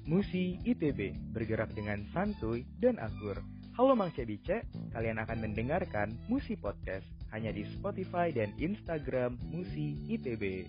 Musi ITB, bergerak dengan santuy dan akur. Halo Mang Cebice, kalian akan mendengarkan Musi Podcast hanya di Spotify dan Instagram Musi ITB.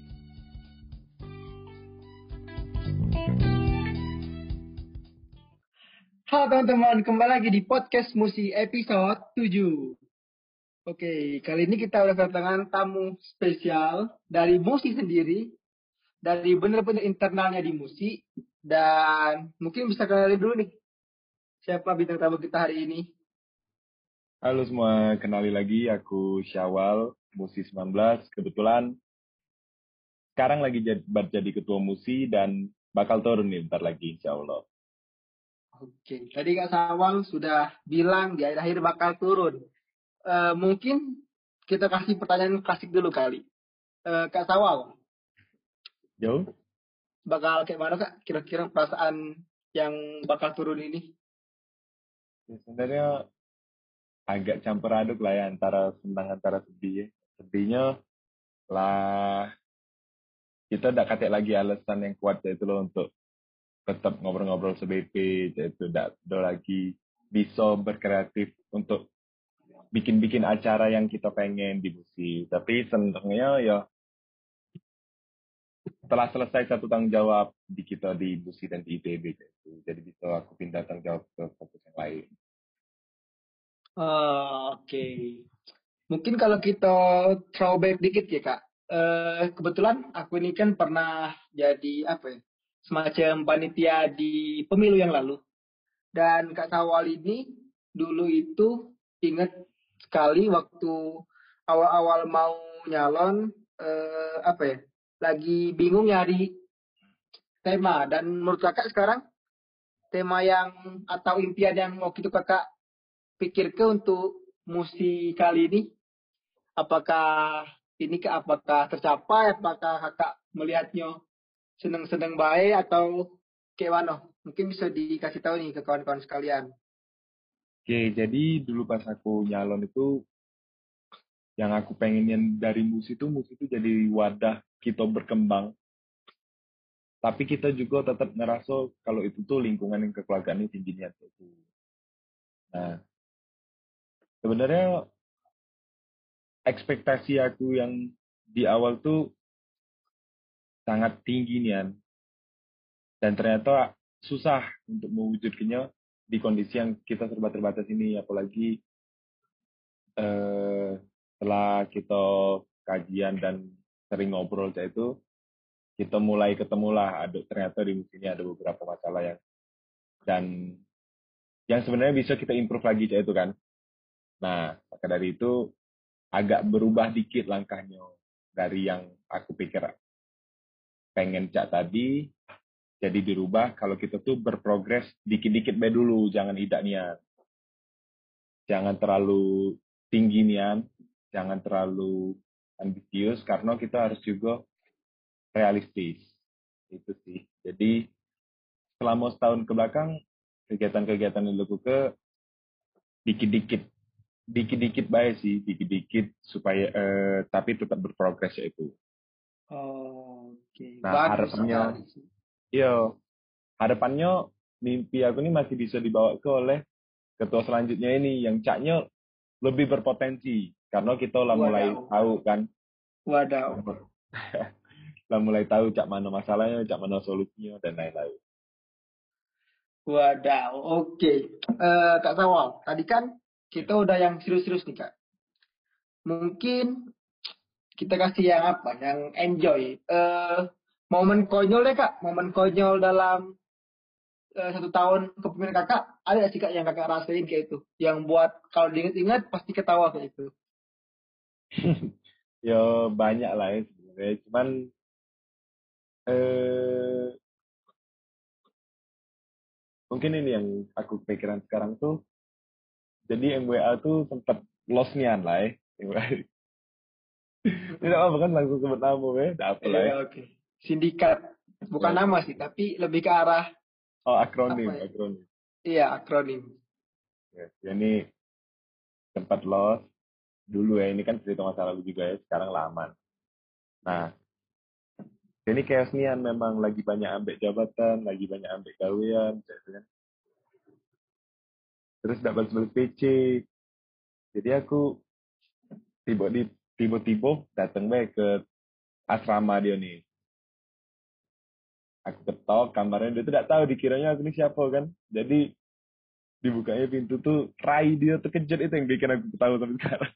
Halo teman-teman, kembali lagi di podcast Musi episode 7. Oke, kali ini kita udah kedatangan tamu spesial dari Musi sendiri, dari bener-bener internalnya di Musi. Dan mungkin bisa kenalin dulu nih, siapa bintang tamu kita hari ini. Halo semua, kenali lagi aku Syawal, Musi 19. Kebetulan sekarang lagi jadi ketua Musi dan bakal turun nih bentar lagi insya Allah. Oke, tadi Kak Sawal sudah bilang di akhir-akhir bakal turun. Mungkin kita kasih pertanyaan klasik dulu kali. Kak Sawal, Jauh? bakal kayak mana Kak kira-kira perasaan yang bakal turun ini? Ya, sebenarnya agak campur aduk lah ya antara senang antara sedih. Sedihnya lah kita udah katek lagi alasan yang kuat yaitu loh untuk tetap ngobrol-ngobrol se-BP, yaitu udah lagi bisa berkreatif untuk bikin-bikin acara yang kita pengen di Musi. Tapi senangnya ya setelah selesai satu tanggung jawab di kita di Musi dan di ITB gitu. Jadi bisa aku pindah tanggung jawab ke fokus yang lain. Oke. Mungkin kalau kita throwback dikit ya Kak. Kebetulan aku ini kan pernah jadi semacam panitia di pemilu yang lalu. Dan Kak Sawal ini dulu itu ingat sekali waktu awal-awal mau nyalon lagi bingung nyari tema. Dan menurut Kakak sekarang tema yang atau impian yang waktu itu Kakak pikir ke untuk musi kali ini, apakah apakah tercapai, apakah Kakak melihatnya seneng-seneng baik atau kayak mana? Mungkin bisa dikasih tahu nih ke kawan-kawan sekalian. Oke, jadi dulu pas aku nyalon itu yang aku pengenin dari Musi itu jadi wadah kita berkembang. Tapi kita juga tetap ngerasa kalau itu tuh lingkungan yang kekeluargaan ini tingginya itu. Nah, sebenarnya ekspektasi aku yang di awal tuh sangat tinggi nih, dan ternyata susah untuk mewujudkannya di kondisi yang kita serba terbatas ini, apalagi setelah kita kajian dan sering ngobrol itu kita mulai ketemulah ternyata di sini ada beberapa masalah dan yang sebenarnya bisa kita improve lagi itu kan. Nah, maka dari itu agak berubah dikit langkahnya dari yang aku pikir pengen tadi, jadi dirubah kalau kita tuh berprogres dikit-dikit bae dulu, jangan idak nian. Jangan terlalu tinggi nian, jangan terlalu ambisius karena kita harus juga realistis. Itu sih. Jadi selama setahun ke belakang kegiatan-kegiatan yang dilakukan dikit-dikit dikit-dikit baik sih, dikit-dikit supaya tapi tetap berprogres itu. Oke, Nah, bagus harapannya sekali. iya, harapannya mimpi aku ini masih bisa dibawa ke oleh ketua selanjutnya ini yang caknya lebih berpotensi karena kita lah mulai Wadaw. tahu kan, Wadaw. lah mulai tahu cak mana masalahnya, cak mana solusinya dan lain-lain. Wadaw. Oke. Kak Sawal, tadi kan kita udah yang serius-serius nih Kak. Mungkin kita kasih yang yang enjoy. Momen konyol deh Kak, momen konyol dalam 1 tahun kepemimpinan Kakak, ada nggak sih Kak yang Kakak rasain kayak itu? Yang buat kalau diingat-ingat pasti ketawa kayak itu. Ya banyak lah ya sebenarnya, cuman mungkin ini yang aku pikiran sekarang tuh, jadi MWA tuh sempat lost nian lah ya. Tidak apa kan langsung sebut nama ya, tidak apa lah ya. Oke. Sindikat. Bukan Ya. nama sih, tapi lebih ke arah Oh, apa akronim, ya? akronim. Iya, akronim. Ya, ini sempat lost dulu ya, ini kan cerita masa lalu juga ya, sekarang lama. Nah, Ini chaos nian memang lagi banyak ambek jabatan, lagi banyak ambek gawean, gitu kan. Terus dapat balik PC. Jadi aku tiba-tiba datang baik ke asrama dia nih. Aku ketok kamarnya, dia tuh tidak tahu, dikiranya aku ini siapa kan. Jadi dibukanya pintu tuh, Rai dia terkejut, itu yang bikin aku ketawa sampai sekarang.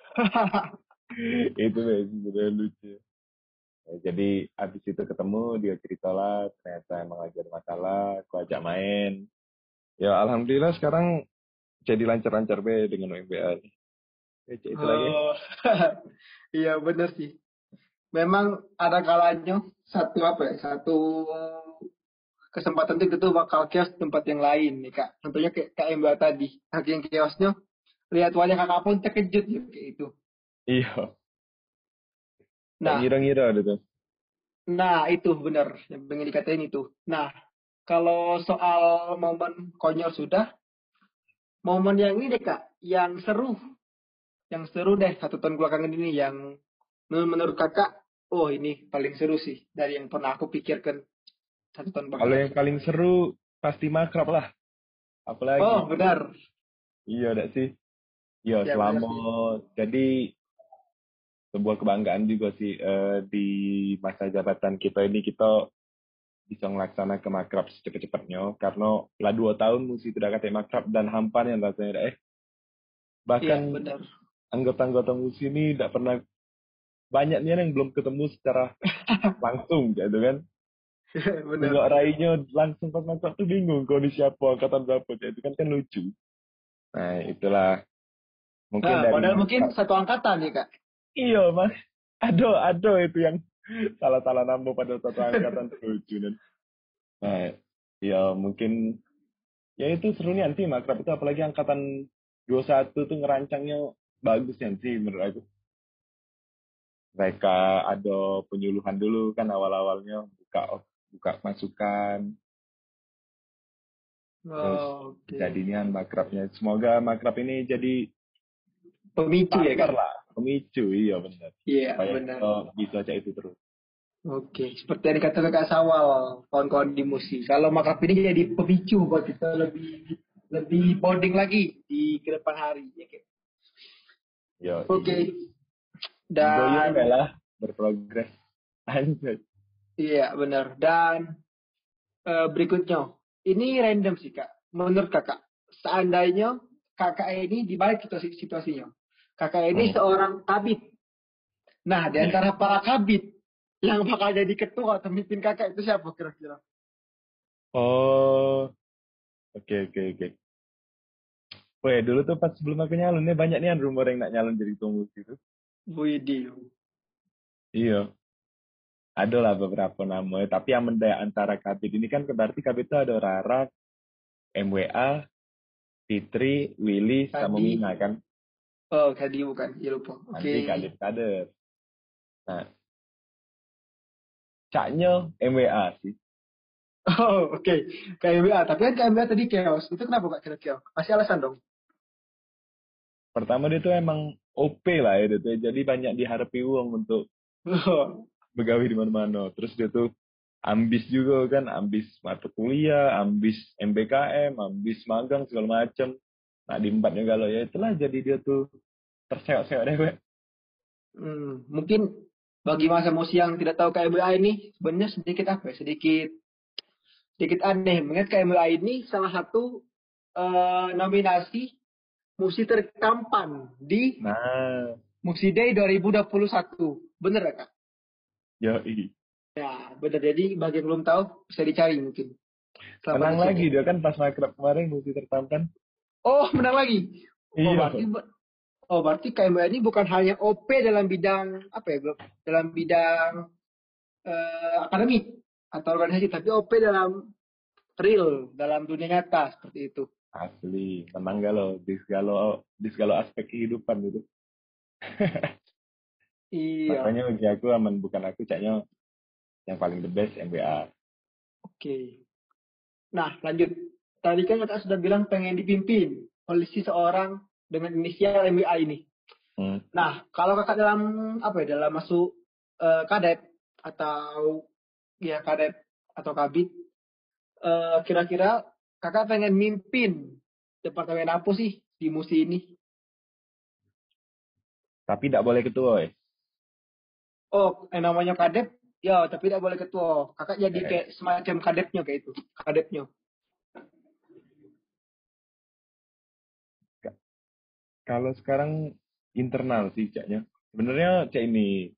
Itu sebenarnya lucu. Ya, jadi abis itu ketemu, dia cerita lah, ternyata emang lagi ada masalah, aku ajak main. Ya alhamdulillah sekarang jadi lancar-lancar be dengan UMBA. Ya, itu lagi. Oh, iya bener sih. Memang ada kalanya satu kesempatan itu bakal chaos di tempat yang lain nih kak. Contohnya kayak Mbak tadi, saking chaosnya, lihat wajah kakak pun terkejut ya kayak itu. Iya, tak Nah, ngira-ngira ada tuh. nah itu bener yang pengen dikatain itu. Nah, kalau soal momen konyol sudah, momen yang ini deh kak, yang seru deh 1 tahun belakangan ini yang menurut kakak, oh ini paling seru sih dari yang pernah aku pikirkan 1 tahun Kalau belakangan. yang paling seru pasti makrab lah. Oh Apalagi. benar, Iya, enggak sih? Iya, ya benar selama sih. jadi sebuah kebanggaan juga sih di masa jabatan kita ini kita bisa melaksanakan ke makrab secepat-cepatnya karena lah 2 tahun mesti tidak kata makrab dan hampan yang rasanya Iya bahkan benar, anggota-anggota musi ini tidak pernah banyaknya yang belum ketemu secara langsung gitu kan. benar. Nengok rainya langsung pas makrab tuh bingung kau ini siapa, angkatan berapa, itu kan lucu. Nah itulah mungkin Nah, dari padahal mungkin makrab. satu angkatan nih kak. Iya mas, ada itu yang salah-salah nambah pada satu angkatan tuh lucu dan. Nah ya mungkin ya itu serunya nanti makrab itu, apalagi angkatan 21 tuh ngerancangnya bagus ya sih menurut aku. Mereka ada penyuluhan dulu kan awal-awalnya, buka buka masukan, terus Oh, oke. jadinya makrabnya. Semoga makrab ini jadi Pemicu ya partner kak. lah, pemicu, iya benar. Iya Supaya benar. kita bisa aja itu terus. Oke, seperti yang dikatakan Kak Sawal, kawan-kawan di musi. Kalau makrab ini jadi pemicu buat kita lebih lebih bonding lagi di ke depan hari. Ya, Kak? Yo, Oke, enjoy dan lah berprogres. Anjay. iya benar. Dan berikutnya, ini random sih kak. Menurut kakak, seandainya kakak ini dibalik situasinya, kakak ini Hmm. seorang tabib. Nah, di antara para tabib yang bakal jadi ketua atau pemimpin kakak itu siapa kira-kira? Oh, oke. Oh ya, dulu tuh pas sebelum aku nyalon, nih banyak nih rumor yang nak nyalon jadi ketua MUSI itu. Widih. Iya, ada lah beberapa nama. Tapi yang mendaya antara kabit ini kan berarti kabit itu ada Rara, MWA, Fitri, Willy, sama Tadi, Mina kan. oh tadi bukan, ya lupa. Oke. Nanti kader-kader. Nah, caknya MWA sih. Oh, oke. KMBA. Tapi kan KMBA tadi chaos. Itu kenapa Kak kira-kira? Kasih alasan dong. Pertama dia tuh emang OP lah ya, dia tuh. Jadi banyak diharapin uang untuk begawi di mana-mana. Terus dia tuh ambis juga kan, ambis mata kuliah, ambis MBKM, ambis magang segala macem. Nah di empatnya galau ya itulah jadi dia tuh terseok-seok deh. We. Mungkin bagi masa musi yang tidak tahu KMBA ini sebenarnya sedikit apa ya? Sedikit aneh. Mengingat KMBA ini salah satu nominasi musi tertampan di Nah, Musi Day 2021. Bener ya Kak? yoi. Ya, bener. Jadi bagi yang belum tahu bisa dicari mungkin. Selamat Menang dicek. lagi dia kan pas makrab kemarin mesti tertampkan. Oh, menang lagi. Oh, Iya. berarti KMBA ini bukan hanya OP dalam bidang apa ya, Bro? Dalam bidang akademik atau organisasi, tapi OP dalam real, dalam dunia nyata seperti itu. Asli, menang galau di segala aspek kehidupan gitu. Iya, Makanya bagi aku aman bukan aku caknya yang paling the best MBA. oke. Nah, lanjut. Tadi kan kakak sudah bilang pengen dipimpin oleh seorang dengan inisial MBA ini. Hmm. Nah, kalau kakak dalam apa ya, dalam masuk kadet atau ya kadep atau kabit. Kira-kira kakak pengen mimpin departemen apa sih di musi ini? Tapi tidak boleh ketua, Oh, namanya kadep, ya tapi tidak boleh ketua. Kakak jadi eh. kayak semacam kadepnya kayak itu, kadepnya. Kalau sekarang internal sih caknya. Sebenarnya cak ini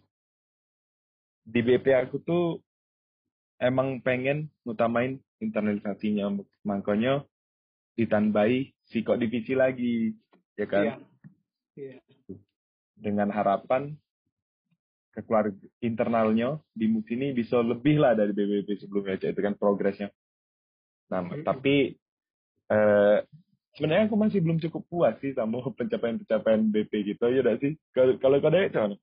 di BP aku tuh emang pengen ngutamain internalisasinya, makanya ditambahi psikok divisi lagi, ya kan? Iya, iya. Dengan harapan keluarga internalnya di sini bisa lebih lah dari BBB sebelumnya, cak itu kan progresnya. Nah, tapi eh, sebenarnya aku masih belum cukup puas sih sama pencapaian-pencapaian BP gitu ya udah sih. Kalau kau dari mana?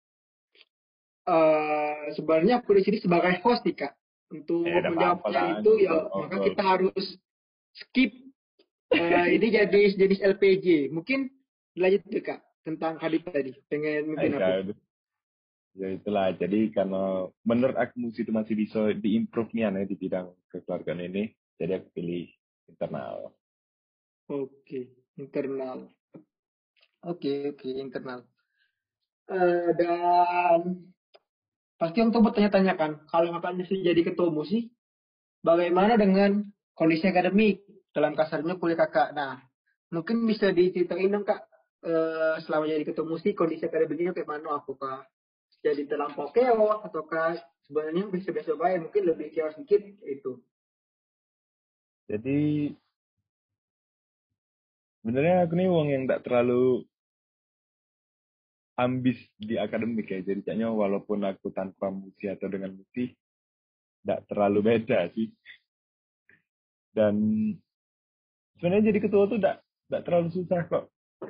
Sebenarnya aku di sini sebagai host nih kak. Untuk Ada menjawab apa-apa lah. pertanyaan itu ya maka Ngobrol. kita harus skip ini jadi jenis LPG. Mungkin lanjut deh kak tentang Hadid tadi. Pengen mimpin apa? Ya, ya itulah. Jadi karena menurut aku musik itu masih bisa diimprove nih di bidang kekeluargaan ini. Jadi aku pilih internal. Oke, internal. Oke, internal. Dan pasti untuk bertanya-tanya kan, kalau kakak bisa jadi ketua musik, bagaimana dengan kondisi akademik dalam kasarnya kuliah kakak? Nah, mungkin bisa diceritain dong kak, selama jadi ketua musik kondisi akademiknya kayak mana? Apakah jadi terlampau chaos ataukah sebenarnya bisa-bisa baik? Mungkin lebih chaos sedikit itu. Jadi sebenarnya aku nih wong yang tak terlalu ambis di akademik ya. Jadi kayaknya walaupun aku tanpa musik atau dengan musik, tidak terlalu beda sih. Dan sebenarnya jadi ketua tuh tidak terlalu susah kok.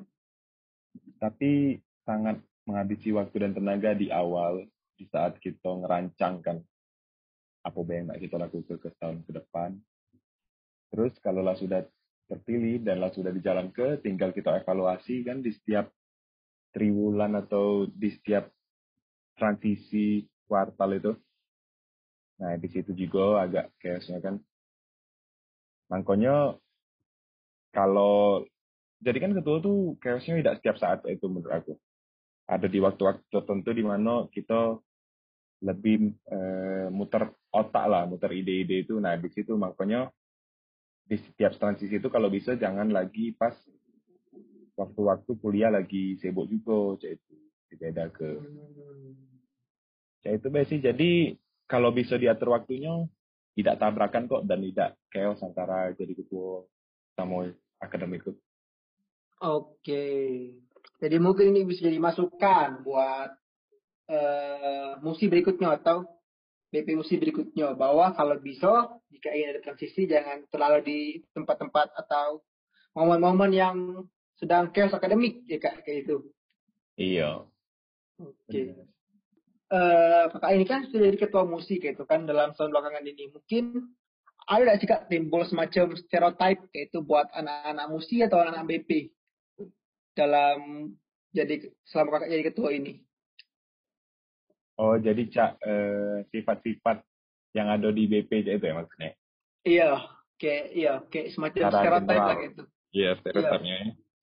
Tapi sangat menghabisi waktu dan tenaga di awal, di saat kita ngerancang kan apa yang nak kita lakukan ke tahun ke depan. Terus kalau lah sudah terpilih dan lah sudah dijalankan, tinggal kita evaluasi kan di setiap triwulan atau di setiap transisi kuartal itu. Nah, di situ juga agak chaosnya kan. Makanya kalau jadi kan ketua tuh chaosnya tidak setiap saat itu menurut aku. Ada di waktu-waktu tertentu di mana kita lebih muter otak lah, muter ide-ide itu. Nah, di situ makanya di setiap transisi itu kalau bisa jangan lagi pas waktu-waktu kuliah lagi sibuk juga, cak itu beda ke. Cak itu sih. Jadi kalau bisa diatur waktunya tidak tabrakan kok dan tidak chaos antara jadi ketua sama akademik itu. Oke, jadi mungkin ini bisa jadi masukan buat musim berikutnya atau BP musim berikutnya bahwa kalau bisa jika ingin ada transisi jangan terlalu di tempat-tempat atau momen-momen yang sedang chaos akademik ya kak kayak itu. Iya. Oke. Kakak ini kan sudah jadi ketua musik gitu kan dalam tahun belakangan ini. Mungkin ada nggak sih kak timbul semacam stereotype yaitu buat anak-anak musik atau anak-anak BP dalam jadi selama kakak jadi ketua ini? Oh, jadi cak sifat-sifat yang ada di BP itu ya maksudnya. Iya, kayak semacam Secara stereotype general. lah gitu. Iya, Iya. stereotipnya.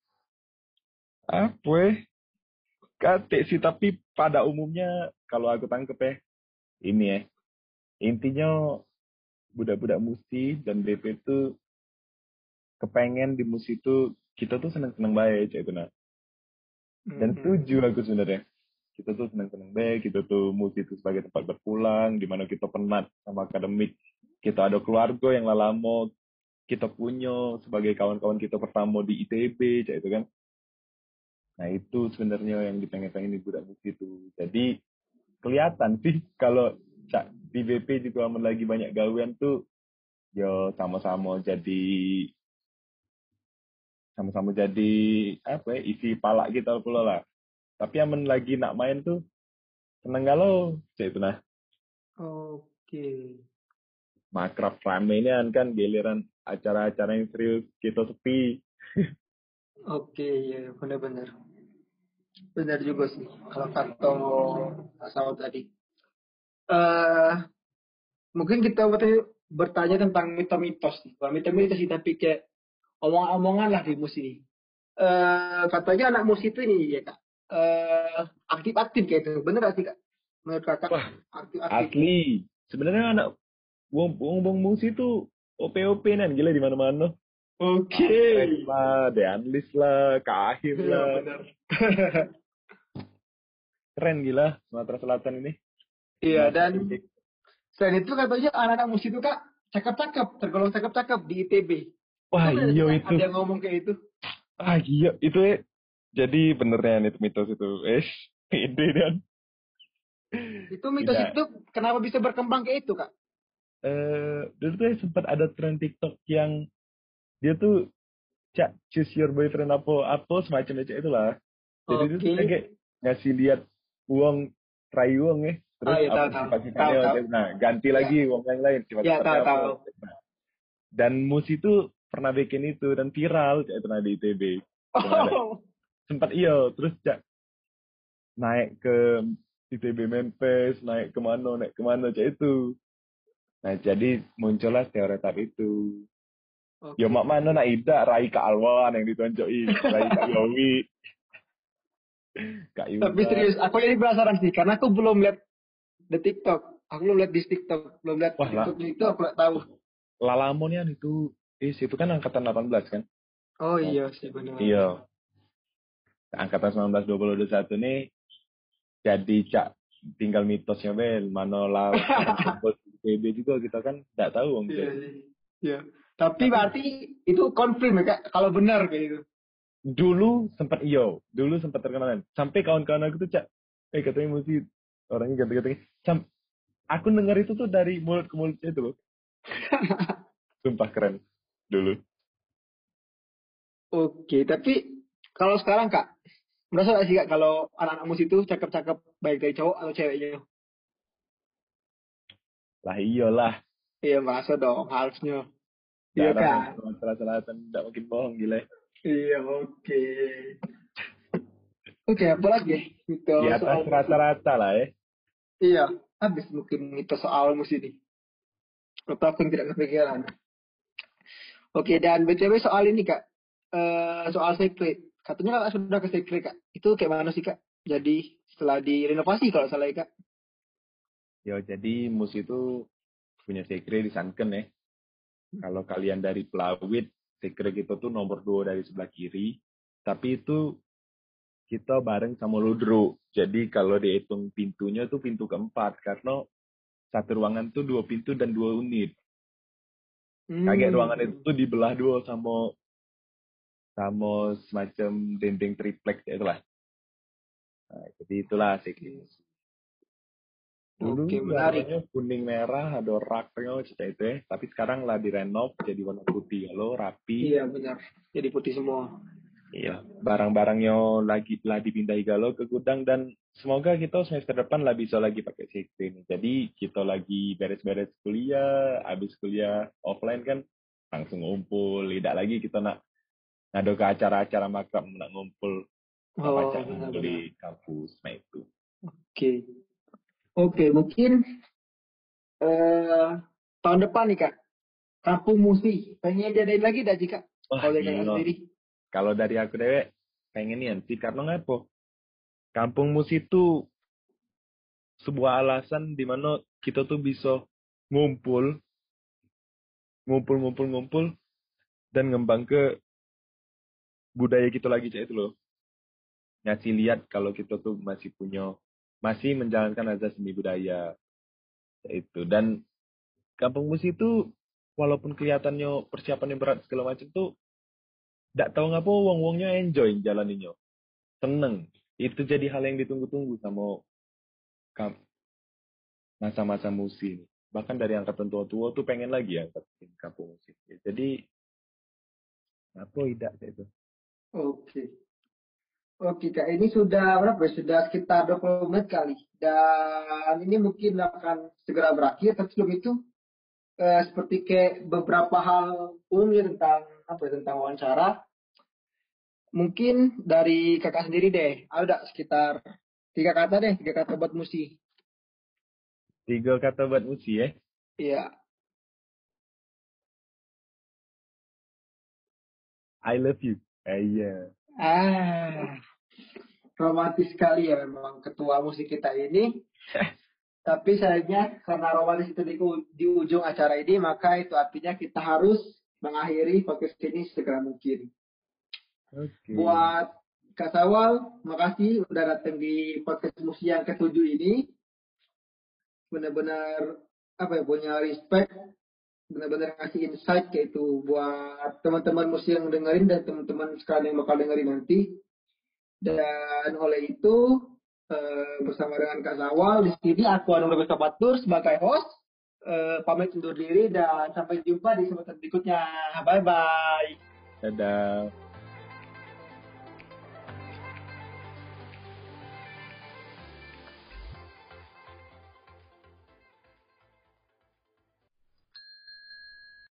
Apa? Katik sih, tapi pada umumnya kalau aku tangkep ya, ini ya. Intinya budak-budak musi dan BP itu kepengen di musi itu kita tuh seneng-seneng baik cak itu nah. Dan setuju aku sebenarnya. Kita tuh seneng-seneng baik, kita tuh musi itu sebagai tempat berpulang, di mana kita penat sama akademik. Kita ada keluarga yang lama kita punya sebagai kawan-kawan kita pertama di ITB, cak itu kan. Nah itu sebenarnya yang dipengen-pengen di budak musi itu. Jadi kelihatan sih kalau di BP juga lagi banyak gawean tuh yo sama-sama jadi apa ya isi palak kita pula lah. Tapi yang lagi nak main tuh seneng galau cek itu nah Oke. makrab rame ini kan giliran acara-acara yang serius kita sepi. Oke, ya benar-benar. Benar juga sih kalau kata Asal tadi. mungkin kita bertanya tentang mitos-mitos nih. Bukan mitos-mitos sih, tapi kayak omongan-omongan lah di musik ini. Katanya anak musik itu ini ya kak, aktif-aktif kayak itu. Bener gak sih kak? Menurut kakak Wah, aktif-aktif? asli. Sebenarnya anak wong musik itu OP-OP nan gila di mana-mana. Oke. Rex lah, Deanlis lah, Kahim Iya lah. benar. Keren gila Sumatera Selatan ini. Iya, Masa dan ini. selain itu katanya anak-anak musik itu kak cakep-cakep, tergolong cakep-cakep di ITB. Wah, Bener sih, iya Kak? itu. Ada yang ngomong kayak itu. Ah, iya itu ya. Jadi benernya itu mitos itu. Ide dan Itu mitos tidak. itu kenapa bisa berkembang kayak itu kak? Dulu tuh sempat ada tren TikTok yang dia tuh cak choose your boyfriend apa semacam itulah. Jadi itu tuh Oke. kayak ngasih lihat uang try uang ya. Oh Terus iya apa tahu tahu tahu sifat-sifatnya, tahu. nah ganti Ya lagi uang yang lain ya sifat-sifatnya tahu apa. tahu. Nah, dan Mus itu pernah bikin itu dan viral kayak pernah di ITB. Oh. Sempat iya terus cak naik ke ITB Mempes, naik kemana cak itu. Nah jadi muncullah stereotip itu. Ya mak Oke. mana nak Ida, Rai Kak Alwan yang ditonjoki, Rai Kak Yowi, Kak Tapi Yuna. serius, aku jadi penasaran sih karena aku belum lihat di TikTok. Aku belum lihat di TikTok, belum lihat Wah lah, TikTok itu aku nggak tahu. Lalamon itu kan angkatan 18 kan? Oh Oh, iya sih benar. iya, angkatan 1921 nih jadi cak tinggal mitosnya Bel, mana lah kumpul di PB juga kita kan nggak tahu Om Iya Cek. sih. Iya. Tapi Tapi berarti itu konfirm ya kak kalau benar kayak gitu. dulu sempat terkenal kan. Sampai kawan-kawan aku tuh cak, katanya mesti orangnya ganti-ganti. Aku dengar itu tuh dari mulut ke mulutnya itu loh. Sumpah keren dulu. Oke, tapi kalau sekarang kak, merasa nggak sih kak kalau anak-anak musik itu cakep-cakep baik dari cowok atau ceweknya? Lah iyalah, Iya merasa dong harusnya. Iya daerah kan? yang Sumatera Selatan tidak mungkin bohong gila. Iya oke. Oke apa lagi? Itu Di atas soal musik. rata-rata lah ya. Iya, habis mungkin itu soal musik ini. Atau aku yang tidak kepikiran. Oke dan btw soal ini kak, soal secret. Katanya kakak sudah ke secret kak. Itu kayak mana sih kak? Jadi setelah direnovasi kalau salah ya kak. Yo, jadi mus itu punya sekre di Sanken ya. Kalau kalian dari Pelawit, sekre kita tuh nomor 2 dari sebelah kiri. Tapi itu kita bareng sama Ludro. Jadi kalau dihitung pintunya tuh pintu keempat. Karena satu ruangan tuh 2 pintu dan 2 unit. Kaget ruangan itu Hmm. tuh dibelah 2 sama sama semacam dinding triplek ya itulah. Nah, jadi itulah sekre. Dulu Oke menarik. warnanya kuning merah, ada raknya cerita itu ya. Tapi sekarang lah direnov jadi warna putih lo rapi. Iya benar. Jadi putih semua. Iya, barang-barangnya lagi lah dipindahi galau ke gudang dan semoga kita semester depan lah bisa lagi pakai sekre ini. Jadi kita lagi beres-beres kuliah, habis kuliah offline kan langsung ngumpul. Tidak lagi kita nak ngado ke acara-acara makrab nak ngumpul sama Oh pacar ngumpul di benar-benar. kampus. Nah itu. Oke. Oke mungkin eh tahun depan nih kak. Kampung Musi. Pengen diadain lagi dah jika Wah kalau dari kakak gila. sendiri. Kalau dari aku dewek pengen nanti karena ngapa? Kampung musik itu sebuah alasan di mana kita tuh bisa ngumpul, ngumpul dan ngembang ke budaya kita lagi cak itu loh. Ngasih lihat kalau kita tuh masih menjalankan azas seni budaya cak itu. Dan kampung musik itu walaupun kelihatannya persiapannya berat segala macam tuh tidak tahu ngapa wong-wongnya enjoy jalaninya. Seneng. Itu jadi hal yang ditunggu-tunggu sama masa-masa musik. Bahkan dari angkatan tua-tua tuh pengen lagi angkatin kampung musik. Jadi apa tidak itu? Oke. Oke kak. Ini sudah berapa ya? Sudah sekitar 20 menit kali. Dan ini mungkin akan segera berakhir. Tapi sebelum itu seperti kayak beberapa hal umumnya tentang apa ya, tentang wawancara. Mungkin dari kakak sendiri deh. Ada sekitar 3 kata deh. 3 kata buat Musi. 3 kata buat musik ya. Iya. I love you. Iya. Romantis sekali ya memang ketua musik kita ini. Tapi sayangnya karena romantis itu di ujung acara ini, maka itu artinya kita harus mengakhiri podcast ini segera mungkin. Oke. Buat Kak Sawal, makasih udah datang di podcast musik yang ke-7 ini. Benar-benar punya respect, benar-benar ngasih insight kayak itu buat teman-teman musik yang dengerin dan teman-teman sekalian yang bakal dengerin nanti. Dan oleh itu bersama dengan Kak Zawal di sini aku Anwar Batur sebagai host pamit undur diri dan sampai jumpa di kesempatan berikutnya. Bye bye. Dadah.